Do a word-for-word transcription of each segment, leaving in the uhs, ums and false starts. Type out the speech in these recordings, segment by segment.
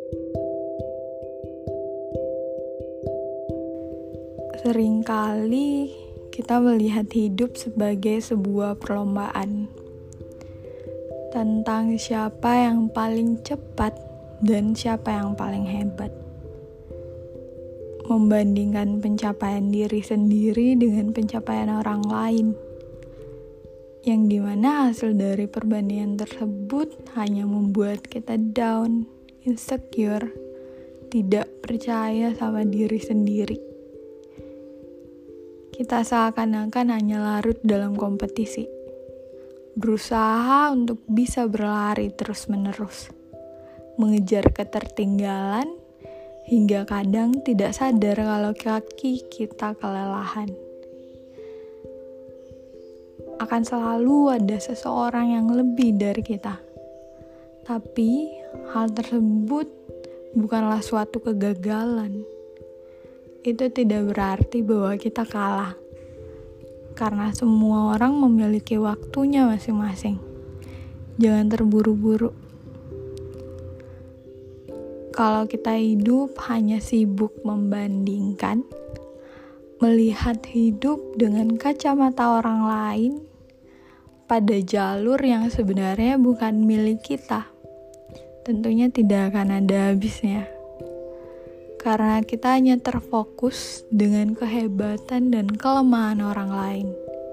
Seringkali kita melihat hidup sebagai sebuah perlombaan tentang siapa yang paling cepat dan siapa yang paling hebat. Membandingkan pencapaian diri sendiri dengan pencapaian orang lain, yang dimana hasil dari perbandingan tersebut hanya membuat kita down, insecure, tidak percaya sama diri sendiri. Kita seakan-akan hanya larut dalam kompetisi, berusaha untuk bisa berlari terus-menerus, mengejar ketertinggalan, hingga kadang tidak sadar kalau kaki kita kelelahan. Akan selalu ada seseorang yang lebih dari kita, tapi hal tersebut bukanlah suatu kegagalan. Itu tidak berarti bahwa kita kalah, karena semua orang memiliki waktunya masing-masing. Jangan terburu-buru. Kalau kita hidup hanya sibuk membandingkan, melihat hidup dengan kacamata orang lain pada jalur yang sebenarnya bukan milik kita, tentunya tidak akan ada habisnya. Karena kita hanya terfokus dengan kehebatan dan kelemahan orang lain.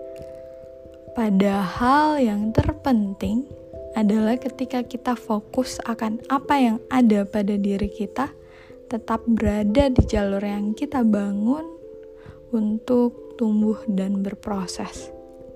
Padahal yang terpenting adalah ketika kita fokus akan apa yang ada pada diri kita, tetap berada di jalur yang kita bangun untuk tumbuh dan berproses.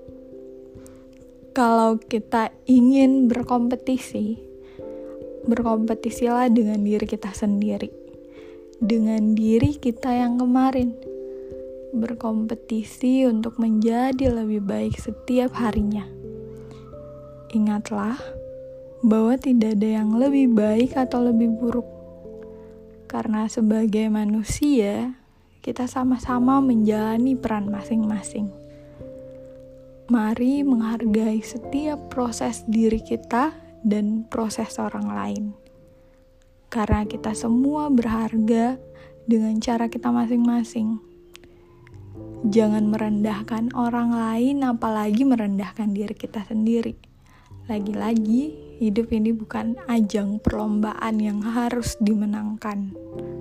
Kalau kita ingin berkompetisi, berkompetisilah dengan diri kita sendiri. Dengan diri kita yang kemarin, berkompetisi untuk menjadi lebih baik setiap harinya. Ingatlah bahwa tidak ada yang lebih baik atau lebih buruk, karena sebagai manusia kita sama-sama menjalani peran masing-masing. Mari menghargai setiap proses diri kita dan proses orang lain. Karena kita semua berharga dengan cara kita masing-masing. Jangan merendahkan orang lain, apalagi merendahkan diri kita sendiri. Lagi-lagi, hidup ini bukan ajang perlombaan yang harus dimenangkan.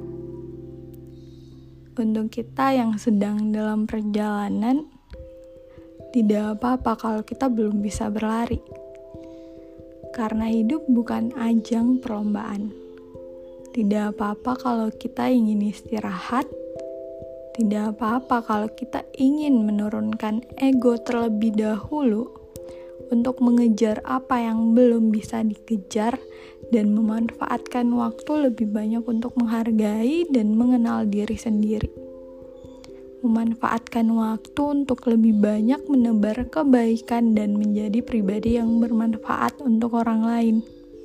Untuk kita yang sedang dalam perjalanan, tidak apa-apa kalau kita belum bisa berlari. Karena hidup bukan ajang perlombaan. Tidak apa-apa kalau kita ingin istirahat. Tidak apa-apa kalau kita ingin menurunkan ego terlebih dahulu untuk mengejar apa yang belum bisa dikejar dan memanfaatkan waktu lebih banyak untuk menghargai dan mengenal diri sendiri. Memanfaatkan waktu untuk lebih banyak menebar kebaikan dan menjadi pribadi yang bermanfaat untuk orang lain.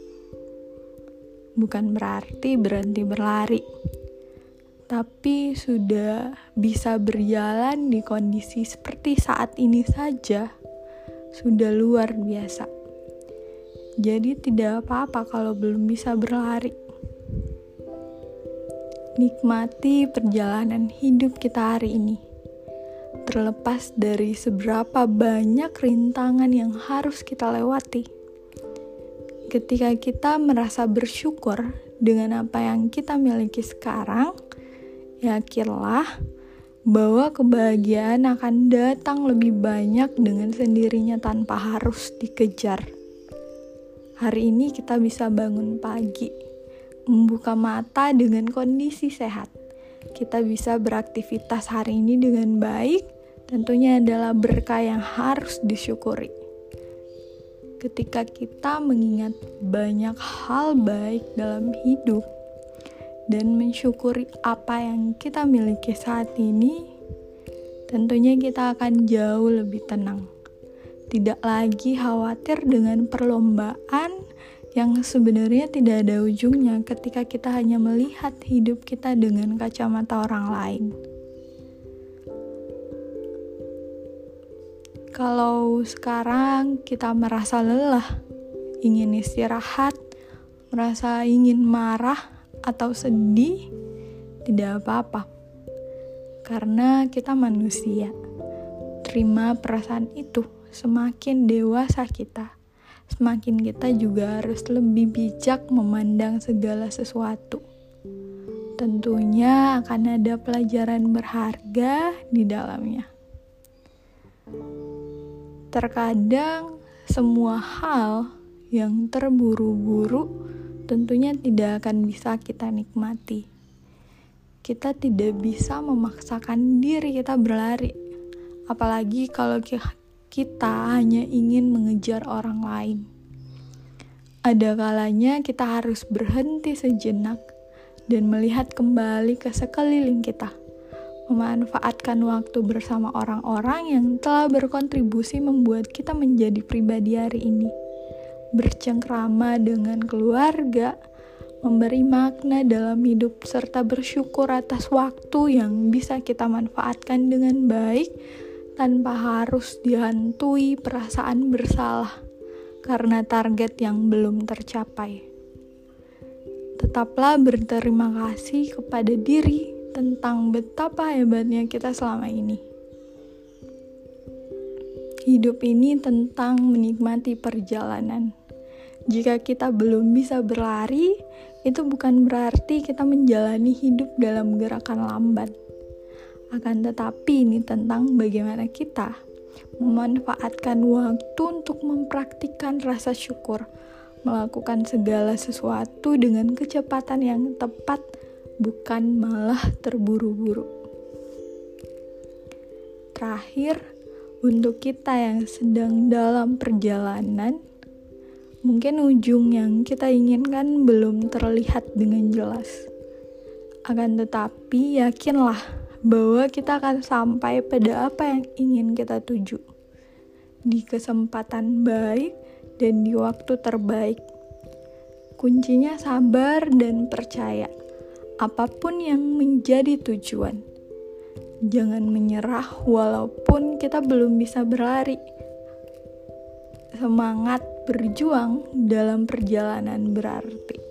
Bukan berarti berhenti berlari, tapi sudah bisa berjalan di kondisi seperti saat ini saja, sudah luar biasa. Jadi tidak apa-apa kalau belum bisa berlari. Nikmati perjalanan hidup kita hari ini, terlepas dari seberapa banyak rintangan yang harus kita lewati. Ketika kita merasa bersyukur dengan apa yang kita miliki sekarang, yakinlah bahwa kebahagiaan akan datang lebih banyak dengan sendirinya tanpa harus dikejar. Hari ini kita bisa bangun pagi, membuka mata dengan kondisi sehat. Kita bisa beraktivitas hari ini dengan baik, tentunya adalah berkah yang harus disyukuri. Ketika kita mengingat banyak hal baik dalam hidup dan mensyukuri apa yang kita miliki saat ini, tentunya kita akan jauh lebih tenang. Tidak lagi khawatir dengan perlombaan yang sebenarnya tidak ada ujungnya ketika kita hanya melihat hidup kita dengan kacamata orang lain. Kalau sekarang kita merasa lelah, ingin istirahat, merasa ingin marah, atau sedih, tidak apa-apa. Karena kita manusia. Terima perasaan itu. Semakin dewasa kita, semakin kita juga harus lebih bijak memandang segala sesuatu. Tentunya akan ada pelajaran berharga di dalamnya. Terkadang semua hal yang terburu-buru tentunya tidak akan bisa kita nikmati. Kita tidak bisa memaksakan diri kita berlari, apalagi kalau kita hanya ingin mengejar orang lain. Ada kalanya kita harus berhenti sejenak dan melihat kembali ke sekeliling kita, memanfaatkan waktu bersama orang-orang yang telah berkontribusi membuat kita menjadi pribadi hari ini, bercengkrama dengan keluarga, memberi makna dalam hidup, serta bersyukur atas waktu yang bisa kita manfaatkan dengan baik tanpa harus dihantui perasaan bersalah karena target yang belum tercapai. Tetaplah berterima kasih kepada diri tentang betapa hebatnya kita selama ini. Hidup ini tentang menikmati perjalanan. Jika kita belum bisa berlari, itu bukan berarti kita menjalani hidup dalam gerakan lambat. Akan tetapi ini tentang bagaimana kita memanfaatkan waktu untuk mempraktikkan rasa syukur, melakukan segala sesuatu dengan kecepatan yang tepat, bukan malah terburu-buru. Terakhir, untuk kita yang sedang dalam perjalanan, mungkin ujung yang kita inginkan belum terlihat dengan jelas. Akan tetapi, yakinlah bahwa kita akan sampai pada apa yang ingin kita tuju, di kesempatan baik dan di waktu terbaik. Kuncinya sabar dan percaya, apapun yang menjadi tujuan. Jangan menyerah walaupun kita belum bisa berlari. Semangat berjuang dalam perjalanan berarti.